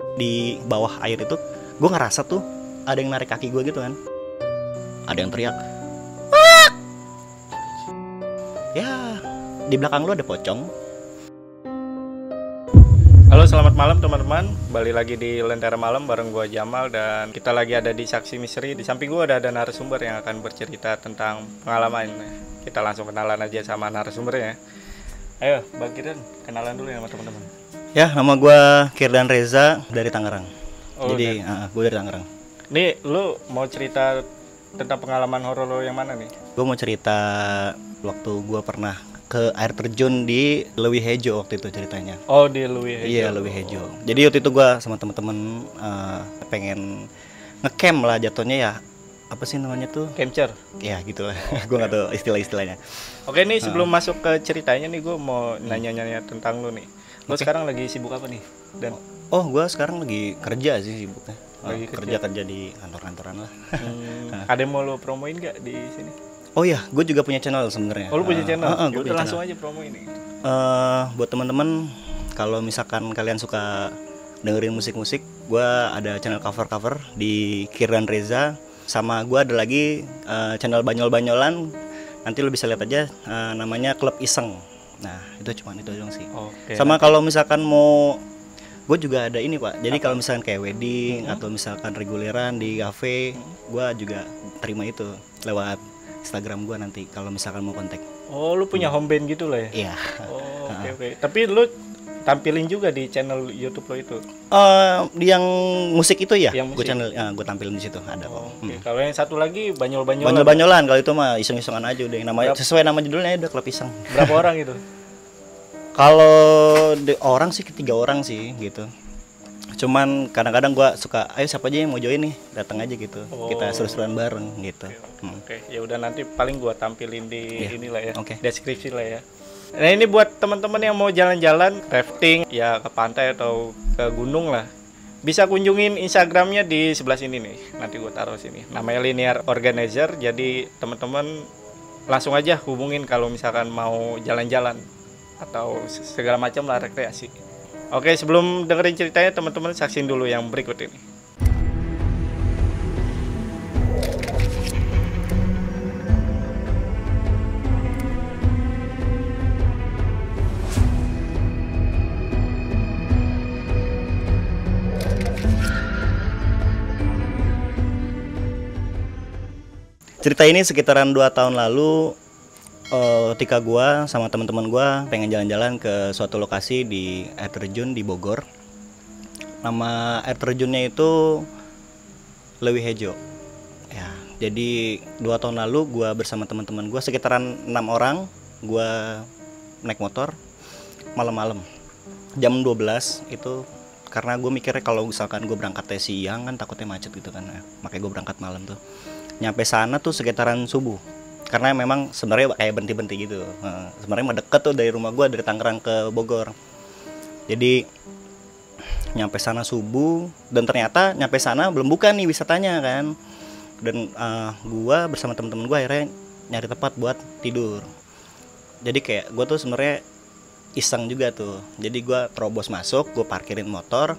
Di bawah air itu gue ngerasa tuh ada yang narik kaki gue gitu kan, ada yang teriak, ya di belakang lu ada pocong. Halo, selamat malam teman-teman. Balik lagi di Lentera Malam bareng gua Jamal, dan kita lagi ada di Saksi Misteri. Di samping gua ada narasumber yang akan bercerita tentang pengalaman. Kita langsung kenalan aja sama narasumbernya. Ayo, Bang Kirdan, kenalan dulu ya sama teman-teman. Ya, nama gue Kirdan Reza dari Tangerang. Oh, Jadi gue dari Tangerang. Nih, lu mau cerita tentang pengalaman horor lo yang mana nih? Gue mau cerita waktu gue pernah ke air terjun di Leuwi Hejo waktu itu ceritanya. Oh, di Leuwi Hejo. Iya, Leuwi Hejo. Jadi waktu itu gue sama teman-teman pengen ngecamp lah jatuhnya ya. Apa sih namanya tuh? Camper. Ya gitu lah. Gue nggak tahu istilah-istilahnya. Oke nih, sebelum masuk ke ceritanya nih, gue mau nanya-nanya tentang lu nih. Lu sekarang lagi sibuk apa nih? Dan Oh, gue sekarang lagi kerja sih sibuknya. Lagi kerja di kantor-kantoran lah. ada yang mau lu promoin gak di sini? Oh iya, gue juga punya channel sebenarnya. Oh, lu punya channel? Gue Udah langsung aja promo ini. Buat teman-teman, kalau misalkan kalian suka dengerin musik-musik, gue ada channel cover-cover di Kirdan Reza. Sama gue ada lagi channel banyol-banyolan. Nanti lo bisa lihat aja, namanya Klub Iseng. Nah, itu cuman itu doang sih. Oke. Sama kalau misalkan mau, gue juga ada ini Pak. Jadi kalau misalkan kayak wedding atau misalkan reguleran di cafe, gue juga terima itu lewat Instagram gue nanti kalau misalkan mau kontak. Oh, lu punya home band gitu lah ya? Iya. Oh, oke. Tapi lu tampilin juga di channel YouTube lo itu? Yang musik itu ya? Yang Gue channel, gue tampilin di situ ada. Oke. Kalau yang satu lagi banyol-banyolan. Banyol-banyolan, kalau itu mah iseng-isengan aja udah. Namanya sesuai nama judulnya udah Klub Iseng. Berapa orang itu? Kalau orang sih 3 orang sih gitu. Cuman kadang-kadang gua suka, ayo siapa aja yang mau join nih, datang aja gitu. Kita seru-seruan bareng gitu. Oke, ya udah nanti paling gua tampilin di inilah ya, deskripsi lah ya. Nah, ini buat teman-teman yang mau jalan-jalan, rafting ya ke pantai atau ke gunung lah. Bisa kunjungin Instagramnya di sebelah sini nih. Nanti gua taruh sini. Namanya Linear Organizer. Jadi teman-teman langsung aja hubungin kalau misalkan mau jalan-jalan atau segala macam lah rekreasi. Oke, sebelum dengerin ceritanya teman-teman saksiin dulu yang berikut ini. Cerita ini sekitaran 2 tahun lalu, ketika gua sama teman-teman gua pengen jalan-jalan ke suatu lokasi di air terjun di Bogor. Nama air terjunnya itu Leuwi Hejo. Ya, jadi 2 tahun lalu gua bersama teman-teman gua sekitaran 6 orang, gua naik motor malam-malam jam 12 itu, karena gue mikirnya kalau misalkan gue berangkatnya siang kan takutnya macet gitu kan, makanya gue berangkat malam tuh. Nyampe sana tuh sekitaran subuh, karena memang sebenarnya kayak berhenti-berhenti gitu. Sebenarnya mah deket tuh dari rumah gue, dari Tangerang ke Bogor. Jadi nyampe sana subuh, dan ternyata nyampe sana belum buka nih wisatanya kan. Dan gue bersama temen-temen gue akhirnya nyari tempat buat tidur. Jadi kayak gue tuh sebenarnya iseng juga tuh. Jadi gue terobos masuk, gue parkirin motor.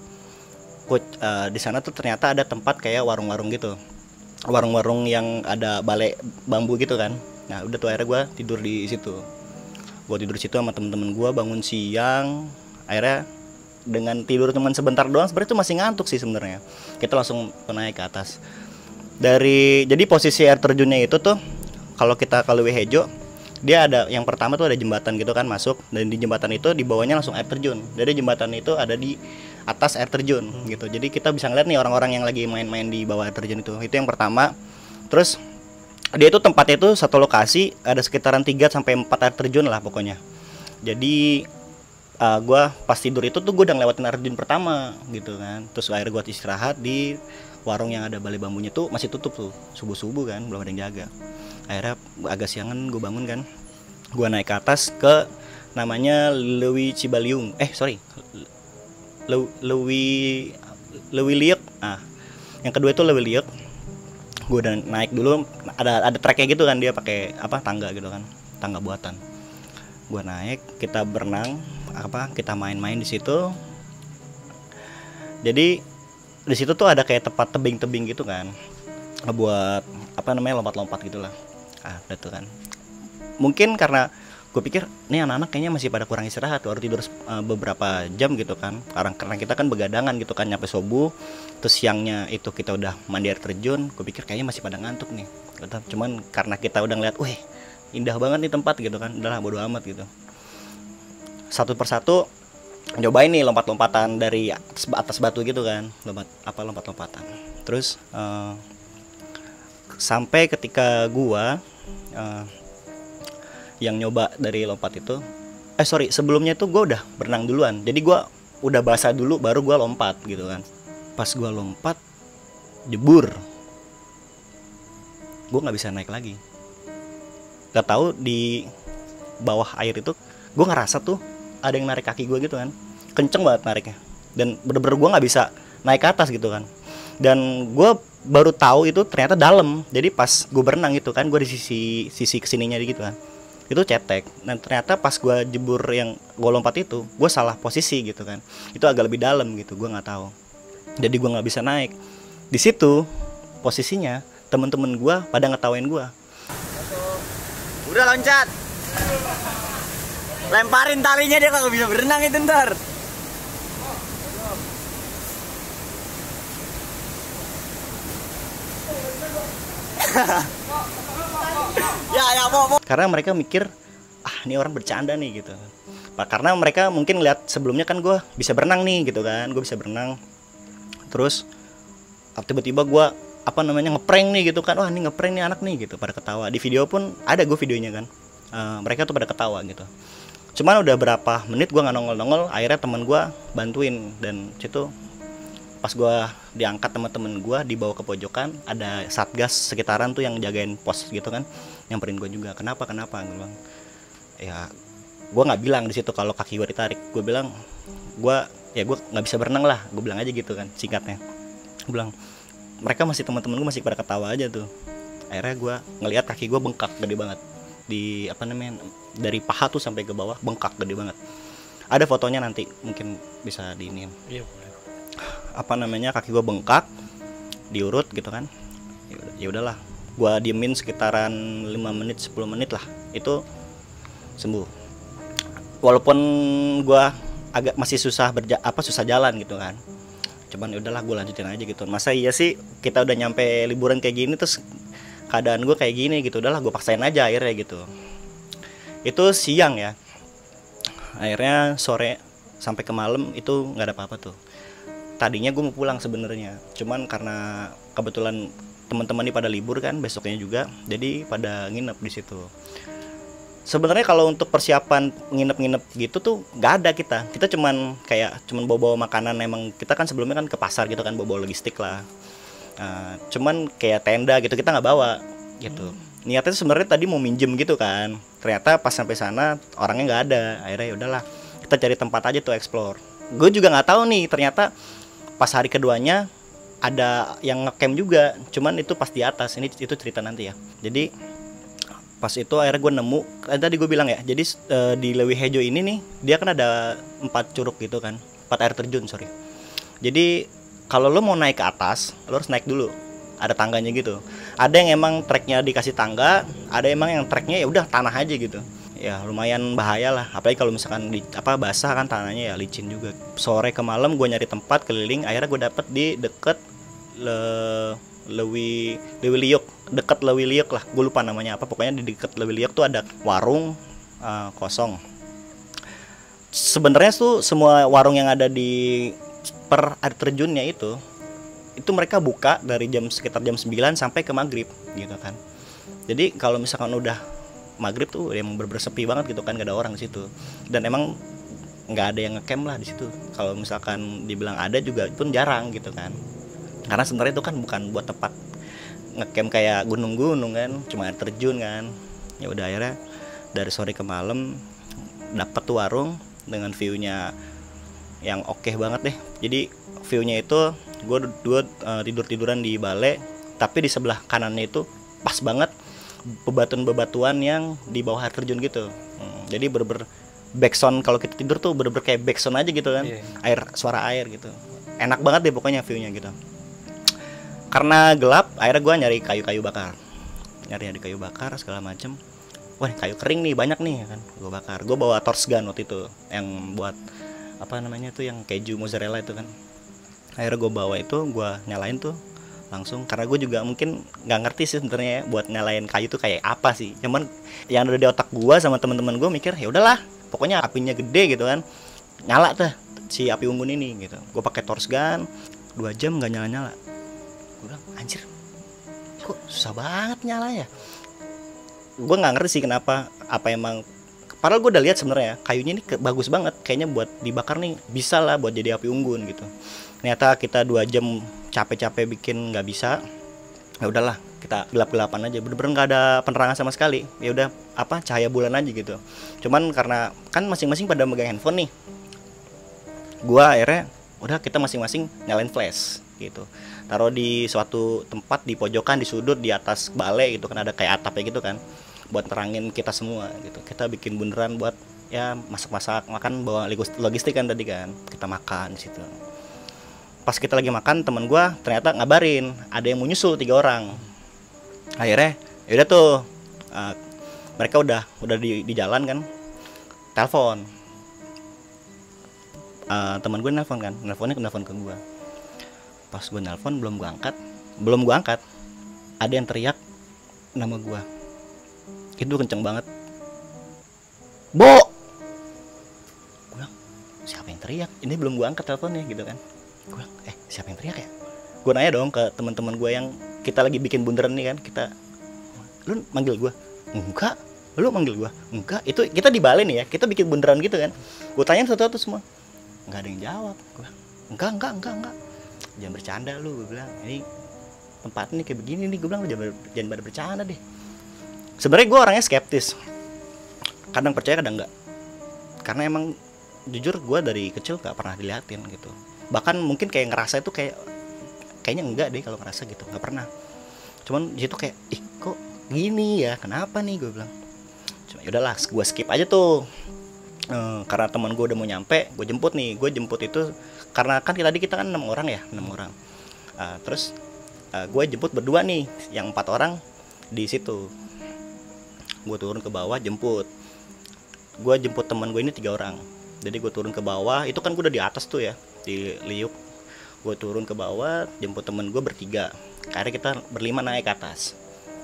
Di sana tuh ternyata ada tempat kayak warung-warung gitu, warung-warung yang ada balai bambu gitu kan. Nah udah tuh akhirnya gue tidur di situ. Gue tidur di situ sama temen-temen gue, bangun siang. Akhirnya dengan tidur cuman sebentar doang, sebenarnya itu masih ngantuk sih sebenarnya. Kita langsung naik ke atas. Jadi posisi air terjunnya itu tuh, kalau kita ke Leuwi Hejo, dia ada yang pertama tuh ada jembatan gitu kan masuk, dan di jembatan itu di bawahnya langsung air terjun. Jadi jembatan itu ada di atas air terjun gitu. Jadi kita bisa ngeliat nih orang-orang yang lagi main-main di bawah air terjun itu. Itu yang pertama. Terus dia itu tempatnya itu satu lokasi ada sekitaran 3 sampai 4 air terjun lah pokoknya. Jadi gua pas tidur itu tuh gue udah ngelewatin air terjun pertama gitu kan. Terus akhirnya gua istirahat di warung yang ada balai bambunya tuh masih tutup tuh, subuh-subuh kan, belum ada yang jaga. Akhirnya agak siangan gue bangun kan, gue naik ke atas ke namanya Leuwi Cibaliung, Leuwi Liuk. Yang kedua itu Leuwi Liuk. Gue udah naik dulu, ada treknya gitu kan, dia pakai tangga gitu kan, tangga buatan. Gue naik, kita berenang, kita main-main di situ. Jadi di situ tuh ada kayak tempat tebing-tebing gitu kan, buat apa namanya lompat-lompat gitulah. Ada tuh kan. Mungkin karena gue pikir nih anak-anak kayaknya masih pada kurang istirahat, baru tidur beberapa jam gitu kan. Karena kita kan begadangan gitu kan nyampe subuh, terus siangnya itu kita udah mandi air terjun. Gue pikir kayaknya masih pada ngantuk nih. Cuman karena kita udah ngeliat, wih indah banget nih tempat gitu kan, udahlah bodo amat gitu. Satu persatu nyobain nih lompat-lompatan dari atas batu gitu kan, lompat-lompatan. Terus sampai ketika gua yang nyoba dari lompat itu, sebelumnya tuh gua udah berenang duluan. Jadi gua udah basah dulu baru gua lompat gitu kan. Pas gua lompat jebur, gua nggak bisa naik lagi. Gak tahu di bawah air itu gua ngerasa tuh ada yang narik kaki gue gitu kan, kenceng banget nariknya, dan bener-bener gue nggak bisa naik ke atas gitu kan. Dan gue baru tahu itu ternyata dalam. Jadi pas gue berenang itu kan, gue di sisi kesininya gitu kan, itu cetek. Dan ternyata pas gue jebur yang gue lompat itu, gue salah posisi gitu kan, itu agak lebih dalam gitu, gue nggak tahu. Jadi gue nggak bisa naik. Di situ posisinya temen-temen gue pada ngetawain gue. Udah loncat, lemparin talinya, dia kagak bisa berenang itu ntar. ya mau. Karena mereka mikir, ini orang bercanda nih gitu. Karena mereka mungkin lihat sebelumnya kan gue bisa berenang nih gitu kan, gue bisa berenang. Terus tiba-tiba gue ngeprank nih gitu kan, wah ini ngeprank nih anak nih gitu, pada ketawa. Di video pun ada gue videonya kan, mereka tuh pada ketawa gitu. Cuman udah berapa menit gue nggak nongol, akhirnya teman gue bantuin. Dan situ pas gue diangkat teman-teman gue, dibawa ke pojokan, ada satgas sekitaran tuh yang jagain pos gitu kan, nyamperin gue juga. Kenapa gue bilang, ya gue nggak bilang di situ kalau kaki gue ditarik. Gue bilang gue nggak bisa berenang lah, gue bilang aja gitu kan singkatnya. Gue bilang mereka masih, teman-teman gue masih pada ketawa aja tuh. Akhirnya gue ngelihat kaki gue bengkak gede banget, di dari paha tuh sampai ke bawah bengkak gede banget. Ada fotonya nanti mungkin bisa diinin. Iya boleh. Kaki gue bengkak, diurut gitu kan. Ya udahlah, gue diemin sekitaran 5 menit 10 menit lah, itu sembuh. Walaupun gue agak masih susah jalan gitu kan. Cuman ya udahlah, gue lanjutin aja gitu. Masa iya sih kita udah nyampe liburan kayak gini terus keadaan gue kayak gini gitu. Udahlah, gue paksain aja akhirnya gitu. Itu siang ya. Akhirnya sore sampai ke malam itu nggak ada apa-apa tuh. Tadinya gue mau pulang sebenarnya, cuman karena kebetulan teman-teman ini pada libur kan besoknya juga, jadi pada nginep di situ. Sebenarnya kalau untuk persiapan nginep-nginep gitu tuh nggak ada kita cuman bawa makanan. Emang kita kan sebelumnya kan ke pasar gitu kan, bawa logistik lah. Cuman kayak tenda gitu kita nggak bawa gitu. Niatnya sebenarnya tadi mau minjem gitu kan, ternyata pas sampai sana orangnya nggak ada. Akhirnya ya udahlah, kita cari tempat aja tuh explore. Gue juga nggak tahu nih, ternyata pas hari keduanya ada yang ngecamp juga, cuman itu pas di atas. Itu cerita nanti ya. Jadi pas itu akhirnya gue nemu, tadi gue bilang ya, jadi di Leuwihejo ini nih dia kan ada 4 curug gitu kan, 4 air terjun sorry. Jadi kalau lo mau naik ke atas, lo harus naik dulu, ada tangganya gitu. Ada yang emang treknya dikasih tangga, ada emang yang treknya ya udah tanah aja gitu. Ya lumayan bahaya lah, apalagi kalau misalkan basah kan tanahnya, ya licin juga. Sore ke malam gue nyari tempat keliling, akhirnya gue dapet di deket Leuwiliuk, deket Leuwiliuk lah, gue lupa namanya apa. Pokoknya di deket Leuwiliuk tuh ada warung kosong. Sebenarnya tuh semua warung yang ada di per air terjunnya itu mereka buka dari sekitar jam 9 sampai ke maghrib gitu kan. Jadi kalau misalkan udah maghrib tuh emang bener-bener banget gitu kan, gak ada orang di situ. Dan emang nggak ada yang ngecamp lah di situ. Kalau misalkan dibilang ada juga pun jarang gitu kan. Karena sebenarnya itu kan bukan buat tempat ngecamp kayak gunung-gunung kan, cuma air terjun kan. Ya udah akhirnya dari sore ke malam dapet tuh warung dengan view-nya yang oke banget deh. Jadi view-nya itu gue tidur-tiduran di balai, tapi di sebelah kanannya itu pas banget bebatuan-bebatuan yang di bawah air terjun gitu. Jadi bener-bener backsound kalau kita tidur tuh bener-bener kayak backsound aja gitu kan. Suara air gitu. enak banget deh pokoknya view-nya gitu. Karena gelap, akhirnya gue nyari kayu-kayu bakar, nyari kayu bakar segala macem. Wah, kayu kering nih banyak nih kan, gue bakar. Gue bawa torch gun waktu itu yang buat apa namanya tuh, yang keju mozzarella itu kan. Akhirnya gue bawa itu, gue nyalain tuh langsung, karena gue juga mungkin nggak ngerti sih sebenarnya buat nyalain kayu tuh kayak apa sih. Cuman yang ada di otak gue sama teman-teman gue mikir ya udahlah, pokoknya apinya gede gitu kan, nyala tuh si api unggun ini gitu. Gue pakai torch gun 2 jam nggak nyala-nyala. Gue bilang anjir, kok susah banget nyala ya. Gue nggak ngerti sih kenapa, apa emang, padahal gue udah lihat sebenarnya kayunya ini bagus banget, kayaknya buat dibakar nih bisa lah buat jadi api unggun gitu. Ternyata kita 2 jam capek-capek bikin nggak bisa. Ya udahlah, kita gelap-gelapan aja, bener-bener nggak ada penerangan sama sekali. Ya udah apa, cahaya bulan aja gitu. Cuman karena kan masing-masing pada megang handphone nih, gue akhirnya udah kita masing-masing nyalain flash gitu, taruh di suatu tempat di pojokan, di sudut, di atas balai gitu kan, ada kayak atapnya gitu kan, buat terangin kita semua gitu. Kita bikin beneran buat ya masak-masak, makan, bawa logistik kan tadi kan, kita makan di situ. Pas kita lagi makan, teman gue ternyata ngabarin ada yang mau nyusul 3 orang. Akhirnya yaudah tuh, mereka udah di jalan kan, telepon. Teman gue nelfon ke gue. Pas gue nelpon belum gue angkat, ada yang teriak nama gue. Itu kenceng banget, Bo. Gue bilang siapa yang teriak? Ini belum gue angkat teleponnya gitu kan. Gue bilang siapa yang teriak ya? Gue nanya dong ke teman-teman gue yang kita lagi bikin bundaran nih kan. Lu manggil gue? Enggak. Lu manggil gue? Enggak. Itu kita di balai nih ya, kita bikin bundaran gitu kan. Gue tanyain satu-satu semua, nggak ada yang jawab. Gue bilang enggak. Jangan bercanda lu, gue bilang. Ini tempat ini kayak begini nih, gue bilang jangan pada bercanda deh. Sebenarnya gue orangnya skeptis, kadang percaya kadang enggak. Karena emang jujur gue dari kecil nggak pernah diliatin gitu. Bahkan mungkin kayak ngerasa itu kayaknya enggak deh kalau ngerasa gitu, nggak pernah. Cuman di situ kayak kok gini ya, kenapa nih, gue bilang. Cuma yaudahlah, gue skip aja tuh. Karena teman gue udah mau nyampe, gue jemput itu karena kan tadi kita kan 6 orang. Terus gue jemput berdua nih, yang 4 orang di situ. Gue turun ke bawah jemput. Gue jemput teman gue ini 3 orang. Jadi gue turun ke bawah, itu kan gue udah di atas tuh ya, di liuk. Gue turun ke bawah, jemput teman gue bertiga. Akhirnya kita berlima naik ke atas.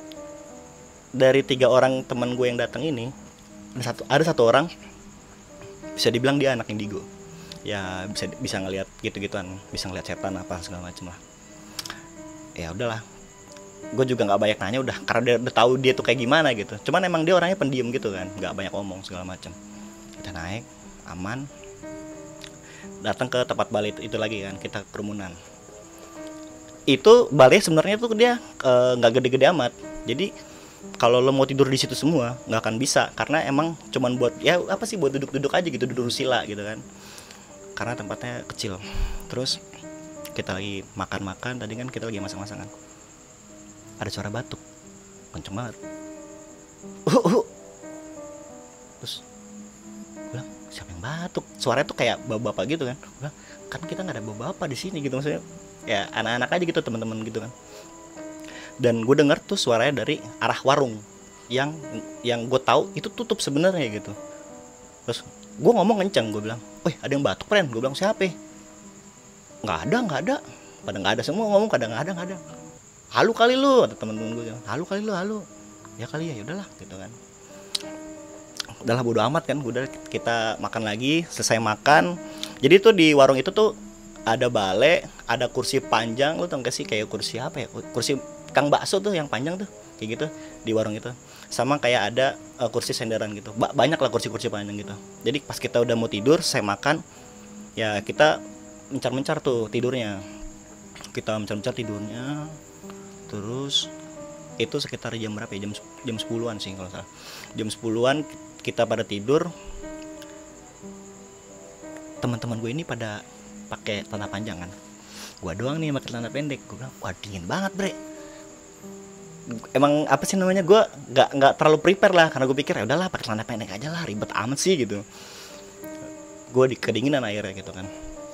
Dari 3 orang teman gue yang datang ini, ada satu orang bisa dibilang dia anak indigo. Ya bisa ngelihat gitu-gituan, bisa ngelihat setan apa segala macem lah. Ya udahlah, gue juga nggak banyak nanya udah, karena dia udah tahu dia tuh kayak gimana gitu. Cuman emang dia orangnya pendiam gitu kan, nggak banyak ngomong segala macem. Kita naik aman, datang ke tempat balai itu lagi kan, kita kerumunan. Itu balai sebenarnya tuh dia nggak gede-gede amat. Jadi kalau lo mau tidur di situ semua nggak akan bisa, karena emang cuman buat ya apa sih, buat duduk-duduk aja gitu, duduk sila gitu kan, karena tempatnya kecil. Terus kita lagi makan tadi kan, kita lagi masak-masakan, ada suara batuk kenceng banget. Terus gue bilang siapa yang batuk, suaranya tuh kayak bapak-bapak gitu kan. Gue bilang kan kita nggak ada bapak-bapak di sini gitu, maksudnya ya anak-anak aja gitu, teman-teman gitu kan. Dan gue denger tuh suaranya dari arah warung yang gue tahu itu tutup sebenarnya gitu. Terus gue ngomong kenceng, gue bilang, "Woi, ada yang batuk, Pren." Gue bilang, "Siapa?" Nggak ada. Pada nggak ada semua ngomong, kadang nggak ada. Halu kali lu, ada teman-teman gue bilang, halu kali lu, halu. Ya kali ya, udahlah gitu kan. Udahlah bodo amat kan, udah kita makan lagi, selesai makan. Jadi tuh di warung itu tuh ada balai, ada kursi panjang, lu tau gak sih kayak kursi apa ya? Kursi Kang Bakso tuh yang panjang tuh, kayak gitu di warung itu. Sama kayak ada kursi senderan gitu. Banyak lah kursi-kursi panjang gitu. Jadi pas kita udah mau tidur, saya makan, ya kita mencar-mencar tuh tidurnya. Kita mencar-mencar tidurnya. Terus itu sekitar jam berapa ya? Jam 10-an sih kalau salah. Jam 10-an kita pada tidur. Teman-teman gue ini pada pakai celana panjang kan. Gua doang nih pakai celana pendek. Gue bilang, "Wah, dingin banget, Bre." Emang apa sih namanya, gue nggak terlalu prepare lah, karena gue pikir ya udahlah pakai celana pendek aja lah, ribet amat sih gitu. Gue kedinginan akhirnya gitu kan.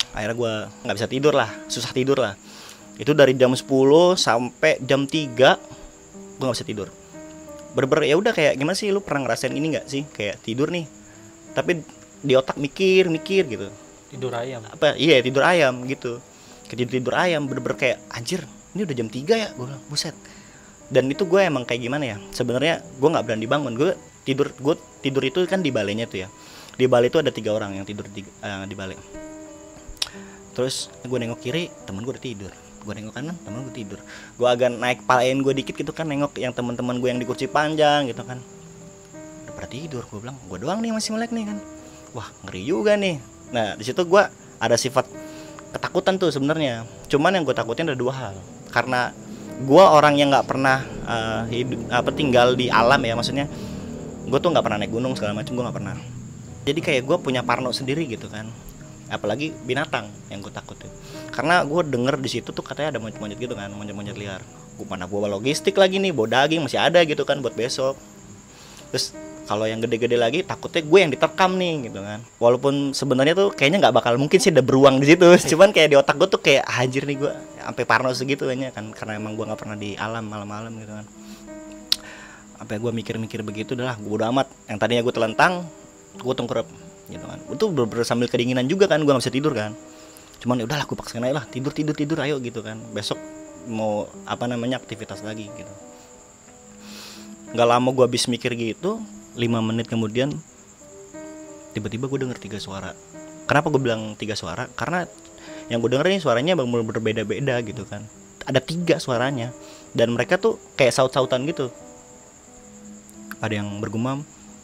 Akhirnya gue nggak bisa tidur lah, susah tidur lah. Itu dari jam 10 sampai jam 3 gue nggak bisa tidur. Bener-bener ya udah, kayak gimana sih, lu pernah ngerasain ini nggak sih, kayak tidur nih tapi di otak mikir gitu. Tidur ayam. Apa? Iya, tidur ayam gitu. Tidur ayam bener-bener kayak anjir, ini udah jam 3 ya, gue bilang buset. Dan itu gue emang kayak gimana ya, sebenarnya gue nggak berani bangun. Gue tidur itu kan di balainya tuh ya. Di balai itu ada 3 orang yang tidur di balai. Terus gue nengok kiri, temen gue udah tidur. Gue nengok kanan, temen gue tidur. Gue agak naik palain gue dikit gitu kan, nengok yang teman-teman gue yang di kursi panjang gitu kan, udah pada tidur. Gue bilang gue doang nih masih melek nih kan. Wah, ngeri juga nih. Nah di situ gue ada sifat ketakutan tuh sebenarnya. Cuman yang gue takutin ada 2 hal. Karena gue orang yang nggak pernah tinggal di alam ya, maksudnya gue tuh nggak pernah naik gunung segala macam, gue nggak pernah. Jadi kayak gue punya parno sendiri gitu kan. Apalagi binatang yang gue takutin. Karena gue denger di situ tuh katanya ada monyet-monyet gitu kan, monyet-monyet liar. Gue mana bawa logistik lagi nih, bawa daging masih ada gitu kan buat besok. Terus kalau yang gede-gede lagi takutnya gue yang diterkam nih gitu kan. Walaupun sebenarnya tuh kayaknya nggak bakal mungkin sih ada beruang di situ. Cuman kayak di otak gue tuh kayak anjir nih, gue sampai parno segitunya kan, karena emang gue nggak pernah di alam malam-malam gitu kan. Sampai gue mikir-mikir begitu, udah lah gue udah amat. Yang tadinya gue telentang, gue tengkurap gitu kan. Itu bener-bener sambil kedinginan juga kan, gue nggak bisa tidur kan. Cuman ya udahlah, gue paksain aja lah, tidur ayo gitu kan. Besok mau aktivitas lagi gitu. Nggak lama gue habis mikir gitu, 5 menit kemudian tiba-tiba gue denger 3 suara. Kenapa gue bilang 3 suara? Karena yang gue denger ini suaranya berbeda-beda gitu kan. Ada 3 suaranya, dan mereka tuh kayak saut-sautan gitu. Ada yang bergumam,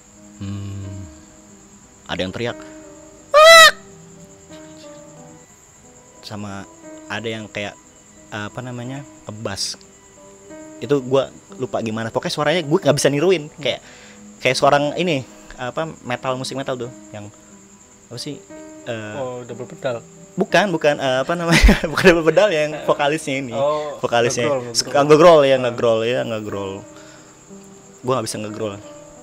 ada yang teriak, sama ada yang kayak ngebas. Itu gue lupa gimana, pokoknya suaranya gue nggak bisa niruin. Kayak suara ini musik metal tuh yang apa sih, double pedal. bukan bukan double pedal, yang vokalisnya ini, vokalisnya ngegrol. Gue nggak bisa ngegrol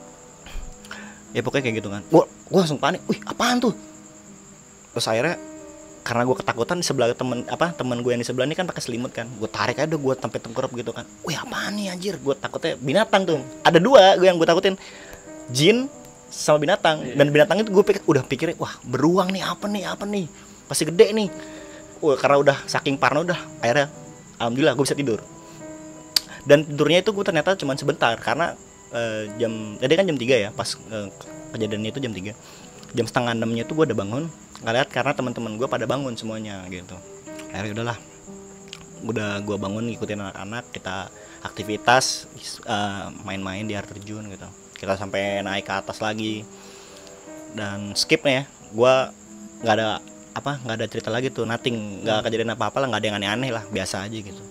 ya, pokoknya kayak gitu kan. Gue langsung panik, wih apaan tuh. Terus akhirnya karena gue ketakutan, di sebelah temen gue yang di sebelah ini kan pakai selimut kan, gue tarik aja, gue sampai tengkurap gitu kan. Wih apaan nih anjir, gue takutnya binatang tuh. Ada 2 gue yang gue takutin, jin sama binatang. Dan binatang itu gue pikir wah beruang nih, apa nih pasti gede nih. Karena udah saking parno, udah akhirnya alhamdulillah gue bisa tidur. Dan tidurnya itu gue ternyata cuma sebentar, karena tadi kan jam 3 ya, pas kejadiannya itu jam 3. Jam setengah 6-nya itu gue udah bangun, ngeliat karena teman-teman gue pada bangun semuanya gitu. Akhirnya udahlah, udah gue bangun ngikutin anak-anak, kita aktivitas main-main di air terjun gitu. Kita sampai naik ke atas lagi, dan skipnya ya, gue nggak ada cerita lagi tuh, nothing, nggak kejadian apa-apa lah, nggak ada yang aneh-aneh lah, biasa aja gitu.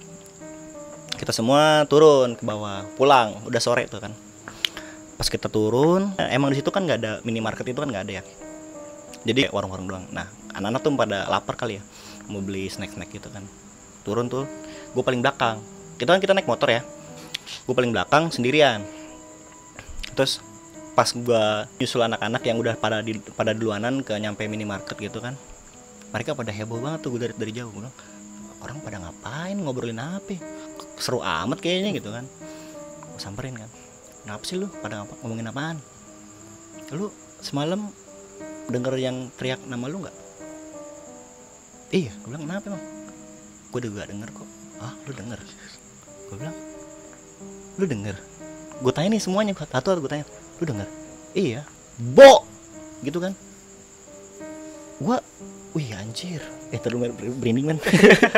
Kita semua turun ke bawah, pulang, udah sore tuh kan. Pas kita turun, emang di situ kan nggak ada minimarket, itu kan nggak ada ya, jadi warung-warung doang. Nah anak-anak tuh pada lapar kali ya, mau beli snack-snack gitu kan. Turun tuh, gue paling belakang. Kita naik motor ya, gue paling belakang sendirian. Terus pas gue nyusul anak-anak yang udah pada duluanan ke nyampe minimarket gitu kan, mereka pada heboh banget tuh. Gue dari jauh, gue bilang orang pada ngapain, ngobrolin apa, seru amat kayaknya gitu kan. Gue samperin kan, kenapa sih lu pada ngomongin apaan? Lu semalam denger yang teriak nama lu nggak? Iya, gue bilang kenapa emang? Gue juga denger kok. Ah, lu denger? Gue bilang, lu denger? Gue tanya nih semuanya, satu gue tanya, lu denger? Iya, bo, gitu kan? Gue, wih anjir, terlalu berinding man.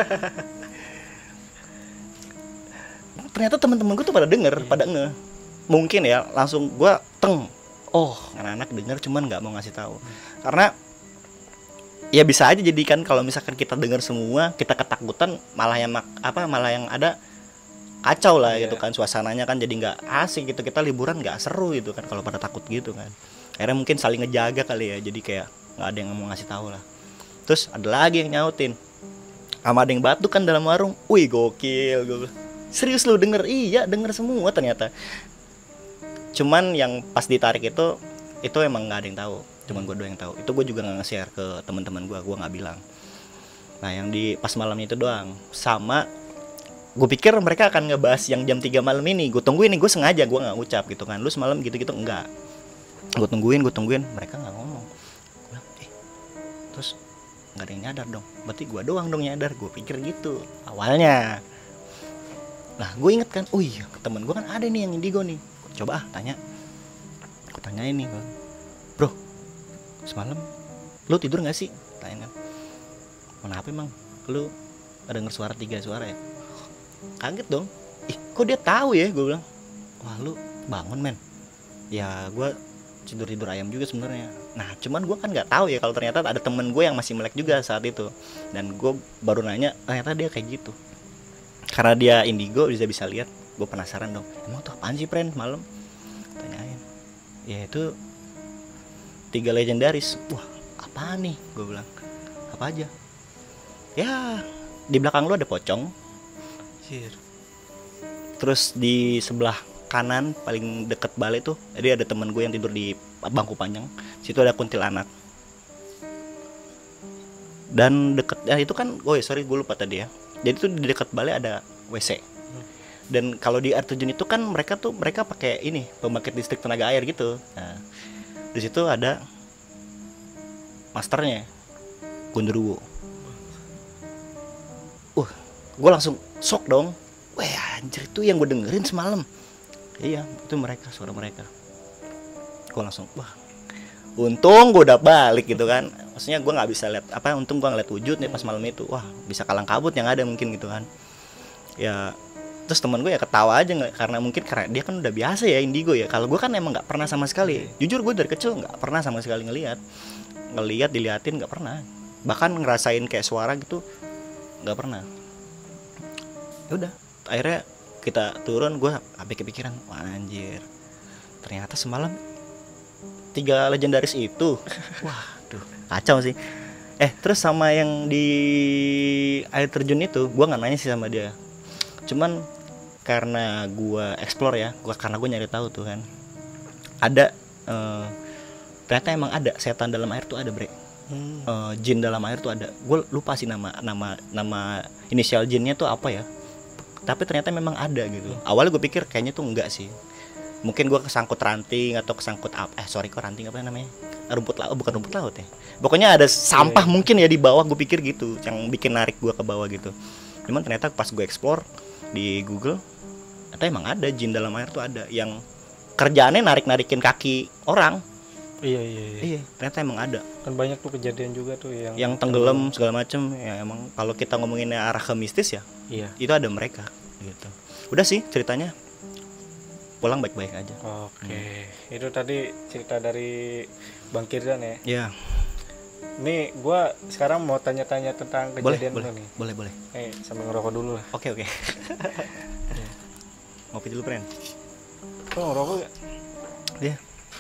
Ternyata teman-teman gue tuh pada denger, pada nge. Mungkin ya, langsung gue anak-anak denger cuman nggak mau ngasih tahu. Karena ya bisa aja jadi kan, kalau misalkan kita dengar semua, kita ketakutan, malah yang ada kacau lah gitu kan, suasananya kan jadi nggak asik gitu. Kita liburan nggak seru gitu kan kalau pada takut gitu kan. Akhirnya mungkin saling ngejaga kali ya, jadi kayak nggak ada yang mau ngasih tahu lah. Terus ada lagi yang nyautin, sama ada yang batuk kan dalam warung. Wih gokil, gue serius lu denger? Iya denger semua ternyata. Cuman yang pas ditarik itu emang nggak ada yang tahu. cuman gue doang yang tahu. Itu gue juga nggak nge-share ke teman-teman gue nggak bilang. Nah yang di pas malamnya itu doang. Sama gue pikir mereka akan ngebahas yang jam 3 malam ini. Gue tungguin nih, gue sengaja gue nggak ucap gitu kan, lu semalam gitu-gitu, enggak. Gue tungguin, mereka nggak ngomong. Gue bilang, terus nggak ada yang nyadar dong, berarti gue doang dong nyadar. Gue pikir gitu awalnya. Nah gue inget kan, oh iya temen gue kan ada nih yang indigo nih. Coba tanya, gue tanyain nih, bro semalam lu tidur nggak sih, tanya kan. Kenapa emang lu ada denger suara 3 suara ya? Kaget dong, kok dia tahu ya? Gue bilang, wah lu bangun men. Ya gue tidur ayam juga sebenarnya. Nah cuman gue kan nggak tahu ya kalau ternyata ada temen gue yang masih melek juga saat itu. Dan gue baru nanya, ternyata dia kayak gitu. Karena dia indigo bisa lihat, gue penasaran dong. Emang tuh apaan sih friend malam? Tanyain. Ya itu 3 legendaris. Wah apaan nih? Gue bilang, apa aja? Ya di belakang lu ada pocong. Terus di sebelah kanan paling deket balai tuh, jadi ada teman gue yang tidur di bangku panjang. Situ ada kuntilanak. Dan deket, itu kan, sorry gue lupa tadi ya. Jadi tuh di dekat balai ada WC. Dan kalau di air terjun itu kan mereka pakai ini pembangkit listrik tenaga air gitu. Nah, di situ ada masternya, Gundurwo. Gue langsung shock dong. Wah anjir, itu yang gue dengerin semalam. Iya itu mereka, suara mereka. Gue langsung wah, untung gue udah balik gitu kan. Maksudnya gue nggak bisa lihat untung gue ngeliat wujud nih pas malam itu. Wah bisa kalang kabut yang ada mungkin gitu kan. Ya terus teman gue ya ketawa aja, karena dia kan udah biasa ya indigo ya. Kalau gue kan emang nggak pernah sama sekali. Jujur gue dari kecil nggak pernah sama sekali ngelihat diliatin, nggak pernah. Bahkan ngerasain kayak suara gitu nggak pernah. Udah akhirnya kita turun, gue sampai kepikiran, wah anjir ternyata semalam 3 legendaris itu. Waduh kacau sih. Terus sama yang di air terjun itu gue nggak nanya sih sama dia, cuman karena gue explore ya, karena gue nyari tahu tuh kan ada ternyata emang ada setan dalam air tuh ada bre. Jin dalam air tuh ada. Gue lupa sih nama inisial jinnya tuh apa ya, tapi ternyata memang ada gitu. Awalnya gue pikir kayaknya tuh enggak sih, mungkin gue kesangkut ranting atau kesangkut ranting apa namanya, rumput laut, bukan rumput laut ya, pokoknya ada sampah mungkin ya di bawah. Gue pikir gitu yang bikin narik gue ke bawah gitu. Cuman ternyata pas gue explore di Google, ternyata emang ada jin dalam air tuh ada, yang kerjaannya narikin kaki orang. Iya, ternyata emang ada. Kan banyak tuh kejadian juga tuh yang tenggelam segala macem. Ya emang kalau kita ngomonginnya arah ke mistis ya, itu ada mereka gitu. Udah sih ceritanya, pulang baik-baik aja. Oke. Itu tadi cerita dari Bang Kirdan ya. Iya. Nih gua sekarang mau tanya-tanya tentang kejadian nih. Boleh. Sambil ngerokok dulu lah. Oke. Ngopi dulu, friend. Kok ngerokok gak? Iya.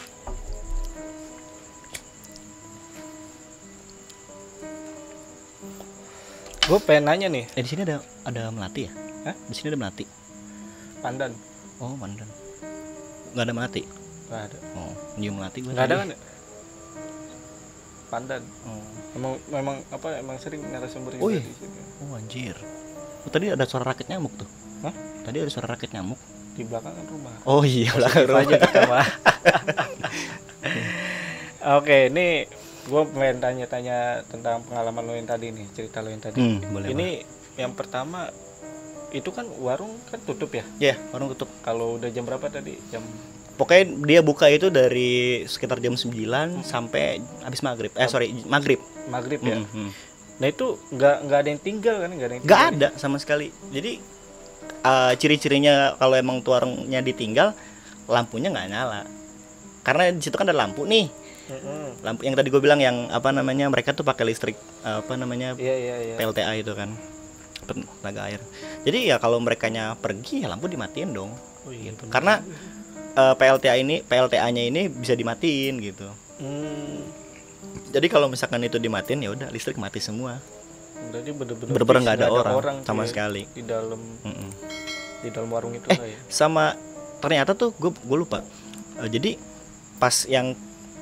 Gue pengen nanya nih. Di sini ada melati ya? Hah? Di sini ada melati. Pandan. Oh, pandan. Nggak ada melati? Nggak ada. Oh, nyium melati gue. Nggak ada kan? Pandan. Emang sering narasumber di sini. Oh anjir. Tadi ada suara rakit nyamuk tuh. Hah? Tadi ada suara rakit nyamuk. Di belakang kan rumah. Oh iya, belakang rumah. Oke, ini gue pengen tanya-tanya tentang pengalaman lo yang tadi nih, cerita lo yang tadi. Boleh, ini yang pertama itu kan warung kan tutup ya? Iya, warung tutup. Kalau udah jam berapa tadi? Pokoknya dia buka itu dari sekitar jam 9 sampai habis maghrib. Maghrib. Maghrib ya. Nah itu nggak ada yang tinggal kan? Nggak ada sama sekali. Jadi ciri-cirinya kalau emang tuh warungnya ditinggal, lampunya nggak nyala. Karena di situ kan ada lampu nih. Lampu yang tadi gue bilang yang mereka tuh pakai listrik PLTA itu kan, tenaga air. Jadi ya kalau merekanya pergi ya lampu dimatiin dong. Gitu. Karena PLTA-nya ini bisa dimatiin gitu. Jadi kalau misalkan itu dimatiin ya udah listrik mati semua. Berarti bener-bener nggak ada orang sama sekali di dalam warung itu. Sama ternyata tuh gue lupa. Jadi pas yang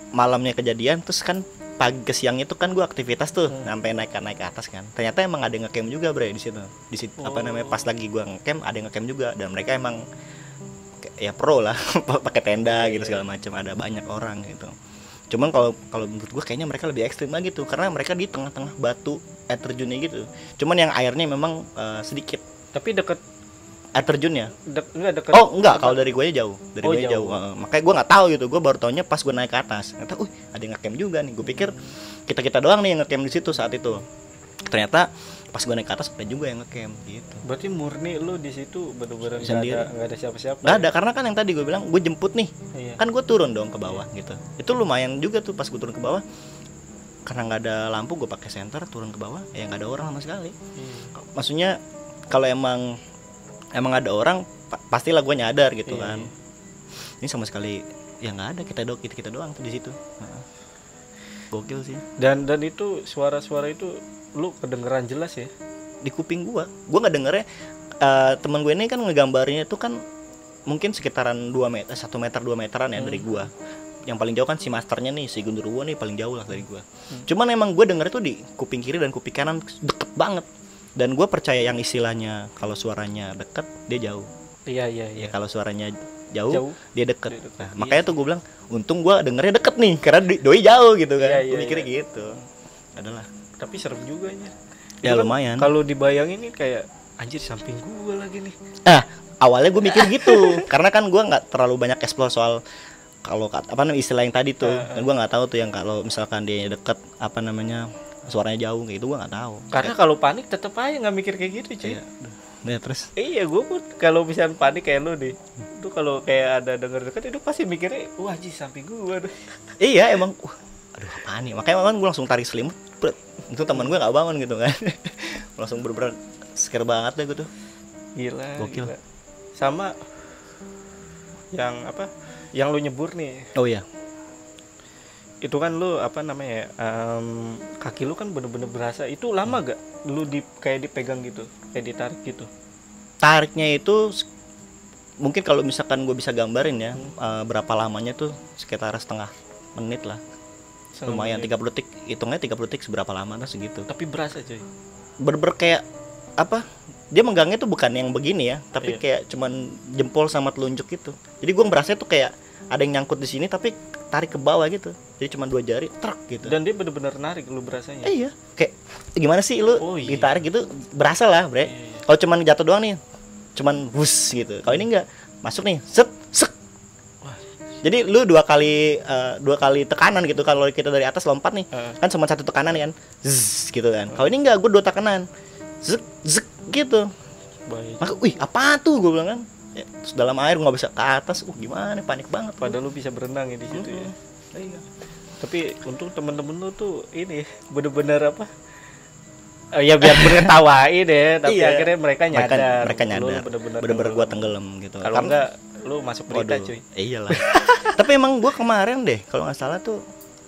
malamnya kejadian, terus kan pagi ke siang itu kan gue aktivitas tuh sampai naik ke atas kan. Ternyata emang ada yang ngecamp juga bre di situ. Apa namanya, pas lagi gue ngecamp ada yang ngecamp juga, dan mereka emang ya pro lah pakai tenda gitu segala macam, ada banyak orang gitu. Cuman kalau menurut gue kayaknya mereka lebih ekstrim lagi tuh, karena mereka di tengah-tengah batu air terjunnya gitu. Cuman yang airnya memang sedikit. Tapi deket air terjunnya? Enggak deket. Oh enggak, kalau dari gue jauh. Dari gue jauh. Makanya gue nggak tahu gitu. Gue baru taunya pas gue naik ke atas. Ternyata, ada yang ngecamp juga nih. Gue pikir kita doang nih yang ngecamp di situ saat itu. Ternyata pas gue naik ke atas ada juga yang ngecamp gitu. Berarti murni lu di situ bener-bener nggak ada siapa-siapa. Nggak ada, karena kan yang tadi gue bilang gue jemput nih. Kan gue turun dong ke bawah gitu. Itu lumayan juga tuh pas gue turun ke bawah. Karena nggak ada lampu, gue pakai senter turun ke bawah, ya nggak ada orang sama sekali. Maksudnya kalau emang ada orang, pastilah gue nyadar gitu kan. Ini sama sekali ya nggak ada, kita doang tuh di situ. Gokil sih. Dan itu suara-suara itu lu kedengeran jelas ya di kuping gue nggak dengernya. Teman gue ini kan ngegambarnya itu kan mungkin sekitaran 1 meter 2 meteran ya dari gue. Yang paling jauh kan si masternya nih, si Gundurwo nih paling jauh lah dari gue. Cuman emang gue denger itu di kuping kiri dan kuping kanan deket banget. Dan gue percaya yang istilahnya kalau suaranya deket dia jauh. Iya. Kalau suaranya jauh dia deket. Nah, makanya tuh gue bilang untung gue dengernya deket nih, karena doi jauh gitu kan. Gue mikirnya gitu. Adalah. Tapi serem juga ya lumayan. Kalau dibayangin nih kayak anjir samping gue lagi nih. Awalnya gue mikir gitu karena kan gue nggak terlalu banyak explore soal kalau istilah yang tadi tuh. Dan gue nggak tahu tuh yang kalau misalkan dia deket suaranya jauh kayak itu gue nggak tahu. Karena kalau panik tetep aja nggak mikir kayak gitu cuy. Iya, terus. Iya, gue pun kalau misalnya panik kayak lu nih, tuh kalau kayak ada denger deket itu pasti mikirnya, wah anjir samping gue. Iya emang. Aduh apaan nih, makanya kan gue langsung tarik selimut. Itu teman gue nggak bangun gitu kan. Langsung bener-bener scare banget deh gue tuh. Gila. Gokil. Sama yang apa? Yang lu nyebur nih. Oh iya. Itu kan lu kaki lu kan bener-bener berasa. Itu lama gak lu kayak dipegang gitu, kayak ditarik gitu? Tariknya itu mungkin kalau misalkan gue bisa gambarin ya, berapa lamanya tuh sekitar setengah menit lah. Lumayan 30 detik, hitungnya 30 detik seberapa lama tuh segitu. Tapi berasa coy. Berber kayak apa? Dia menggangnya tuh bukan yang begini ya, tapi kayak cuman jempol sama telunjuk gitu. Jadi gue merasa tuh kayak ada yang nyangkut di sini tapi tarik ke bawah gitu. Jadi cuma 2 jari truk gitu. Dan dia bener-bener narik lu berasanya. Iya. Kayak gimana sih lu ditarik gitu berasa lah, Bre. Kalau cuman jatuh doang nih, cuman wus gitu. Kalau ini enggak, masuk nih, sek. Jadi lu dua kali tekanan gitu. Kalau kita dari atas lompat nih, kan cuma 1 tekanan kan, zzz, gitu kan. Kalau ini enggak, gue 2 tekanan, zek gitu. Maka, apa tuh gue bilang kan? Ya, terus dalam air gue nggak bisa ke atas, gimana? Panik banget. Padahal lu bisa berenang ya di situ ya. Iya. Tapi untung temen-temen lu tuh ini bener-bener apa? Ya biar berketawain ya, tapi akhirnya mereka nyadar. Mereka nyadar. Bener-bener gue tenggelam gitu. Kalau enggak lu masuk berita cuy. Iyalah. Tapi emang gue kemarin deh kalau nggak salah tuh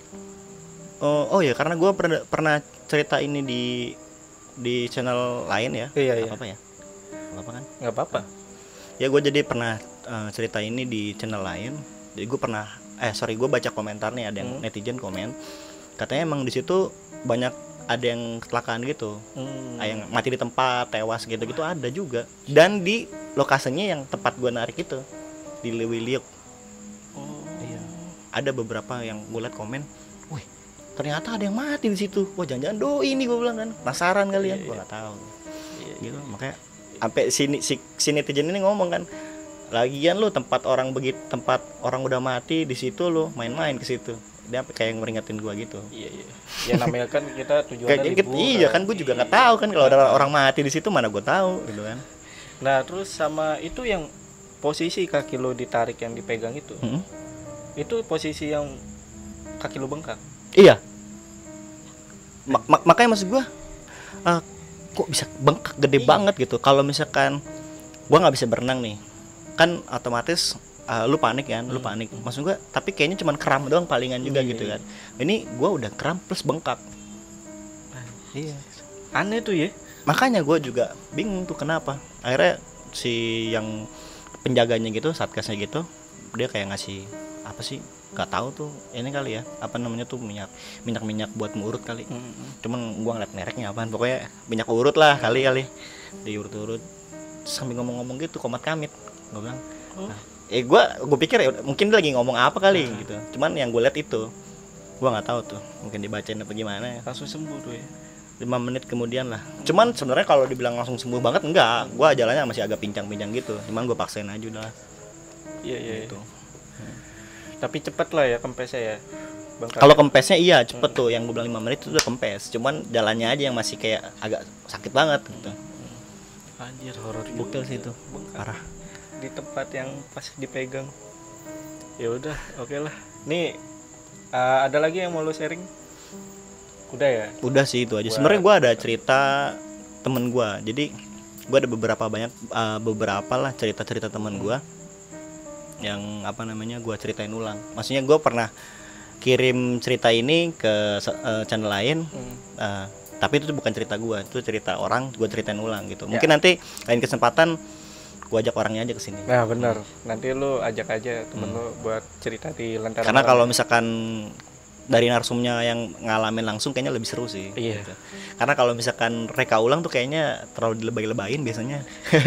karena gue pernah cerita ini di channel lain ya. Iya. Apa ya? Apa kan? Nggak apa-apa. Ya gue jadi pernah cerita ini di channel lain. Jadi gue gue baca komentar nih, ada yang netizen komen katanya emang di situ banyak ada yang kecelakaan gitu, yang mati di tempat, tewas gitu ada juga. Dan di lokasinya yang tempat gue narik itu di Lewiliuk. Iya. Ada beberapa yang gue liat komen, wih ternyata ada yang mati di situ. Wah jangan-jangan doi ini, gue bilang kan, penasaran kalian. Gue nggak tahu. Gitu makanya sampai si netizen ini ngomong kan, lagian lu tempat orang udah mati di situ lu main-main ke situ. Dia kayak ngeringetin gua gitu. Iya. Ya namanya kan kita tujuannya libur. Iya kan, gua juga nggak tahu kan kalau ada orang mati di situ, mana gua tahu gitu kan. Nah terus sama itu yang posisi kaki lu ditarik yang dipegang itu, itu posisi yang kaki lu bengkak. Iya. Makanya maksud gua, kok bisa bengkak gede banget gitu. Kalau misalkan gua nggak bisa berenang nih, kan otomatis lu panik kan, maksud gue. Tapi kayaknya cuma kram doang palingan juga gitu kan. Ini gue udah kram plus bengkak. Iya. Aneh tuh ya. Makanya gue juga bingung tuh kenapa. Akhirnya si yang penjaganya gitu, satgasnya gitu, dia kayak ngasih apa sih, nggak tahu tuh ini kali ya, apa namanya tuh, minyak buat ngurut kali. Cuman gua ngeliat mereknya apaan, pokoknya minyak urut lah kali diurut-urut sambil ngomong-ngomong gitu komat kamit. Gua bilang gue pikir ya mungkin dia lagi ngomong apa kali gitu, cuman yang gue lihat itu gue nggak tahu tuh, mungkin dibacain apa gimana ya. Langsung sembuh tuh ya 5 menit kemudian lah. Cuman sebenarnya kalau dibilang langsung sembuh banget enggak, gue jalannya masih agak pincang-pincang gitu, cuman gue paksain aja udah. Iya gitu. Tapi cepet lah ya kempesnya ya Bang. Kalau kempesnya iya cepet tuh, yang gue bilang 5 menit itu udah kempes, cuman jalannya aja yang masih kayak agak sakit banget gitu. Anjir, horor bukti sih itu parah di tempat yang pas dipegang. Ya udah, oke lah. Nih ada lagi yang mau lo sharing? Udah ya? Udah sih itu aja. Sebenarnya gue ada cerita temen gue. Jadi gue ada beberapa lah cerita temen gue yang apa namanya gue ceritain ulang. Maksudnya gue pernah kirim cerita ini ke channel lain, tapi itu bukan cerita gue, itu cerita orang, gue ceritain ulang gitu. Mungkin nanti lain kesempatan gue ajak orangnya aja ke sini. Nah benar, nanti lu ajak aja temen lu buat cerita di Lentera. Karena kalau misalkan dari narsumnya yang ngalamin langsung kayaknya lebih seru sih. Iya. Gitu. Karena kalau misalkan reka ulang tuh kayaknya terlalu dilebay-lebayin biasanya.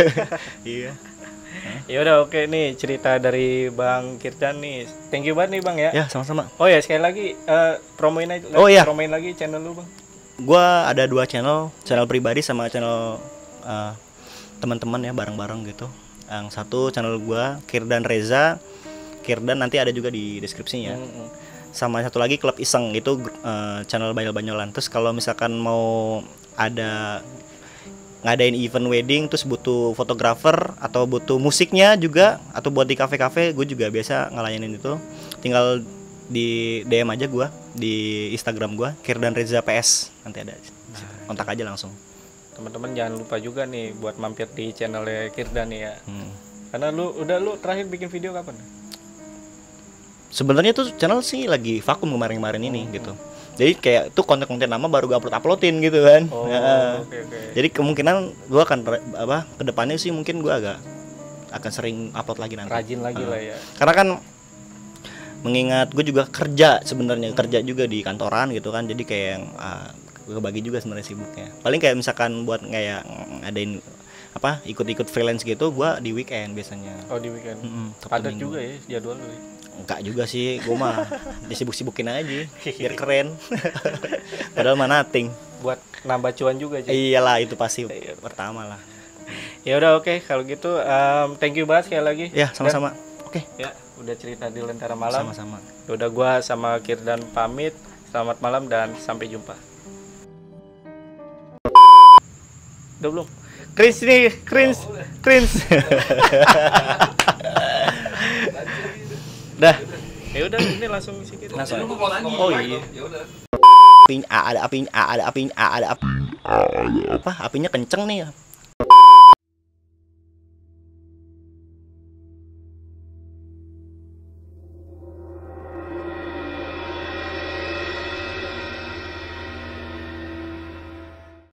Iya. Ya udah oke nih cerita dari Bang Kirdan nih. Thank you banget nih Bang ya. Ya sama-sama. Oh ya sekali lagi promoin aja. Promoin lagi channel lu Bang. Gua ada 2 channel pribadi sama channel teman-teman ya, bareng-bareng gitu. Yang satu channel gua Kirdan Reza. Kirdan nanti ada juga di deskripsinya. Sama satu lagi Klub Iseng, itu channel Bayal Banyolan. Terus kalau misalkan mau ada ngadain event wedding terus butuh fotografer atau butuh musiknya juga, atau buat di kafe-kafe, gue juga biasa ngelayanin itu. Tinggal di DM aja gue di Instagram gue Kirdan Reza PS, nanti ada kontak aja langsung. Teman-teman jangan lupa juga nih buat mampir di channelnya Kirdan nih ya. Karena lu terakhir bikin video kapan? Sebenarnya tuh channel sih lagi vakum kemarin-kemarin ini gitu. Jadi kayak tuh konten-konten lama baru gue uploadin gitu kan. Okay. Jadi kemungkinan gue akan kedepannya sih mungkin gue akan sering upload lagi nanti. Rajin lagi lah ya. Karena kan mengingat gue juga kerja juga di kantoran gitu kan. Jadi kayak yang gue bagi juga sebenarnya sibuknya. Paling kayak misalkan buat kayak ngadain ikut freelance gitu, gue di weekend biasanya. Oh di weekend. Padat juga ya jadwal lu. Enggak juga sih, gue mah disibuk-sibukin aja biar keren. Padahal mah nothing. Buat nambah cuan juga aja. Iyalah, itu pasti pertama lah. Ya udah oke, kalau gitu thank you banget sekali lagi. Ya sama-sama. Oke. Ya udah cerita di Lentera Malam. Sama-sama. Udah gua sama Kirdan pamit. Selamat malam dan sampai jumpa. Udah belum? Cringe nih, cringe. Dah. Ya udah ini langsung isi kita. Langsung. Oh iya. Ada apinya kenceng nih.